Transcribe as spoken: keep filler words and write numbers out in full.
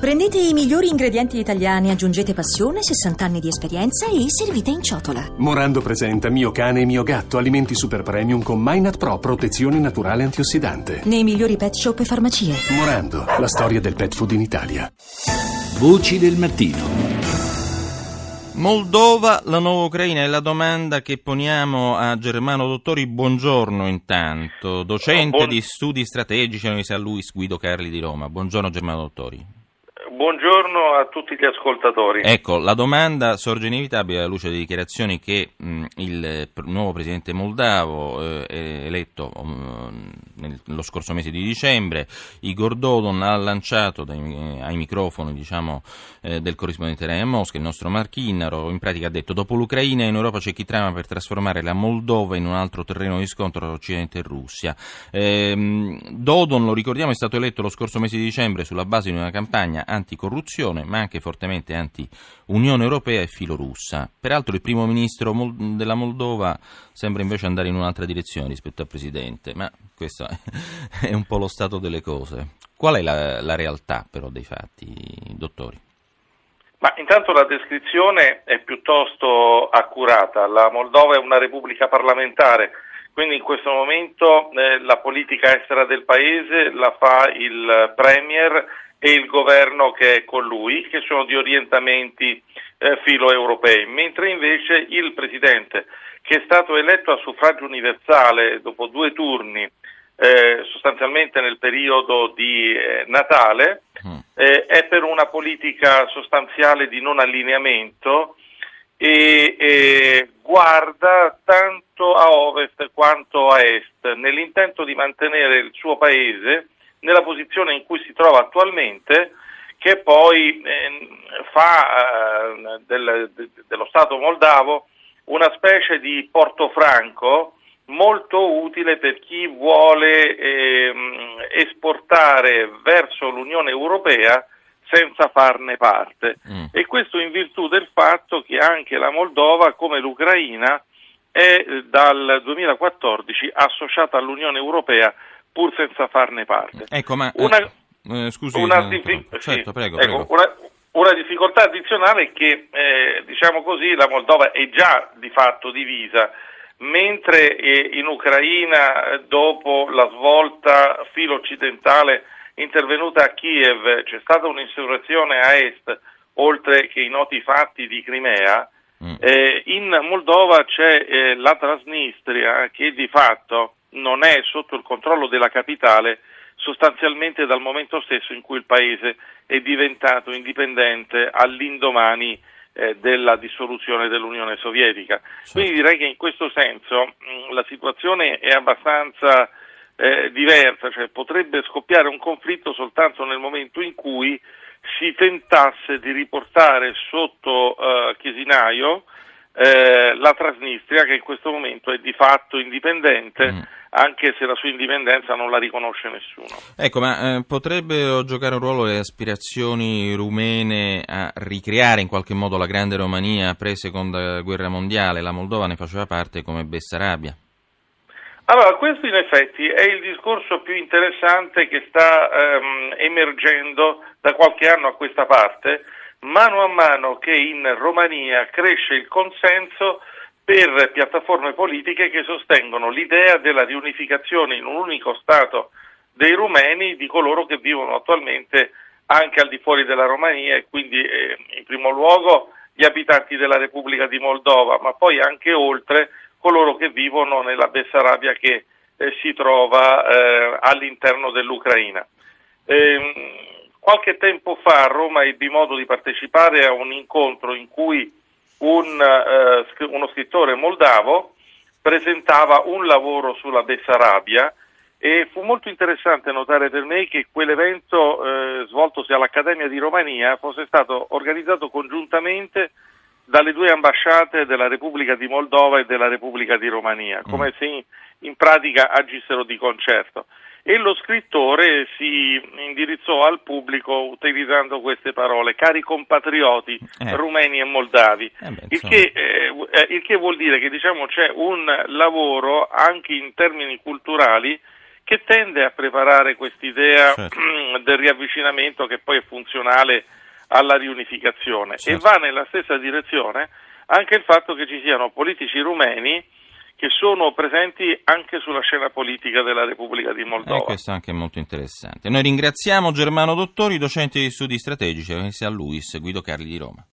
Prendete i migliori ingredienti italiani, aggiungete passione, sessanta anni di esperienza e servite in ciotola. Morando presenta Mio cane e mio gatto, alimenti super premium con Minat Pro, protezione naturale antiossidante. Nei migliori pet shop e farmacie. Morando, la storia del pet food in Italia. Voci del mattino. Moldova, la nuova Ucraina è la domanda che poniamo a Germano Dottori. Buongiorno intanto, docente Buon... di studi strategici all'Università Luis Guido Carli di Roma. Buongiorno Germano Dottori. Buongiorno a tutti gli ascoltatori. Ecco, la domanda sorge inevitabile alla luce delle dichiarazioni che mh, il pr- nuovo presidente moldavo, eh, eletto um, nel, lo scorso mese di dicembre, Igor Dodon, ha lanciato dai, eh, ai microfoni diciamo, eh, del corrispondente Rai a Mosca, il nostro Mark Innaro. In pratica ha detto: dopo l'Ucraina in Europa c'è chi trama per trasformare la Moldova in un altro terreno di scontro tra Occidente e Russia. Eh, Dodon, lo ricordiamo, è stato eletto lo scorso mese di dicembre sulla base di una campagna anticorruzione, ma anche fortemente anti-Unione Europea e filorussa. Peraltro il primo ministro Mol- della Moldova sembra invece andare in un'altra direzione rispetto al presidente, ma questo è un po' lo stato delle cose. Qual è la, la realtà però dei fatti, dottori? Ma intanto la descrizione è piuttosto accurata. La Moldova è una repubblica parlamentare, quindi in questo momento eh, la politica estera del paese la fa il premier e il governo che è con lui, che sono di orientamenti eh, filo-europei, mentre invece il presidente, che è stato eletto a suffragio universale dopo due turni, eh, sostanzialmente nel periodo di eh, Natale, eh, è per una politica sostanziale di non allineamento e, e guarda tanto a ovest quanto a est, nell'intento di mantenere il suo paese nella posizione in cui si trova attualmente, che poi eh, fa eh, del, de, dello Stato moldavo una specie di portofranco molto utile per chi vuole eh, esportare verso l'Unione Europea senza farne parte. Mm. E questo in virtù del fatto che anche la Moldova, come l'Ucraina, è dal duemilaquattordici associata all'Unione Europea pur senza farne parte. Ecco, ma una, eh, scusi, una, no, diffi- certo, sì, prego, ecco, prego. Una, una difficoltà addizionale è che, eh, diciamo così, la Moldova è già di fatto divisa, mentre eh, in Ucraina, dopo la svolta filo-occidentale intervenuta a Kiev, c'è stata un'insurrezione a est, oltre che i noti fatti di Crimea. Mm. Eh, in Moldova c'è eh, la Transnistria, che di fatto non è sotto il controllo della capitale sostanzialmente dal momento stesso in cui il paese è diventato indipendente all'indomani eh, della dissoluzione dell'Unione Sovietica. Sì. Quindi direi che in questo senso mh, la situazione è abbastanza eh, diversa, cioè potrebbe scoppiare un conflitto soltanto nel momento in cui si tentasse di riportare sotto eh, Chisinau eh, la Transnistria, che in questo momento è di fatto indipendente, mm. anche se la sua indipendenza non la riconosce nessuno. Ecco, ma eh, potrebbero giocare un ruolo le aspirazioni rumene a ricreare in qualche modo la grande Romania pre-seconda guerra mondiale? La Moldova ne faceva parte come Bessarabia. Allora, questo in effetti è il discorso più interessante che sta ehm, emergendo da qualche anno a questa parte, mano a mano che in Romania cresce il consenso per piattaforme politiche che sostengono l'idea della riunificazione in un unico Stato dei rumeni, di coloro che vivono attualmente anche al di fuori della Romania, e quindi eh, in primo luogo gli abitanti della Repubblica di Moldova, ma poi anche oltre coloro che vivono nella Bessarabia che eh, si trova eh, all'interno dell'Ucraina. Eh, qualche tempo fa a Roma ebbi modo di partecipare a un incontro in cui un, eh, uno scrittore moldavo presentava un lavoro sulla Bessarabia, e fu molto interessante notare per me che quell'evento eh, svoltosi all'Accademia di Romania fosse stato organizzato congiuntamente dalle due ambasciate della Repubblica di Moldova e della Repubblica di Romania, come se in, in pratica agissero di concerto. E lo scrittore si indirizzò al pubblico utilizzando queste parole: cari compatrioti eh. rumeni e moldavi, eh beh, il, che, eh, il che vuol dire che, diciamo, c'è un lavoro anche in termini culturali che tende a preparare quest'idea certo. del riavvicinamento che poi è funzionale alla riunificazione, certo. e va nella stessa direzione anche il fatto che ci siano politici rumeni che sono presenti anche sulla scena politica della Repubblica di Moldova. E questo è anche molto interessante. Noi ringraziamo Germano Dottori, docente di studi strategici all'Università Luis, Guido Carli di Roma.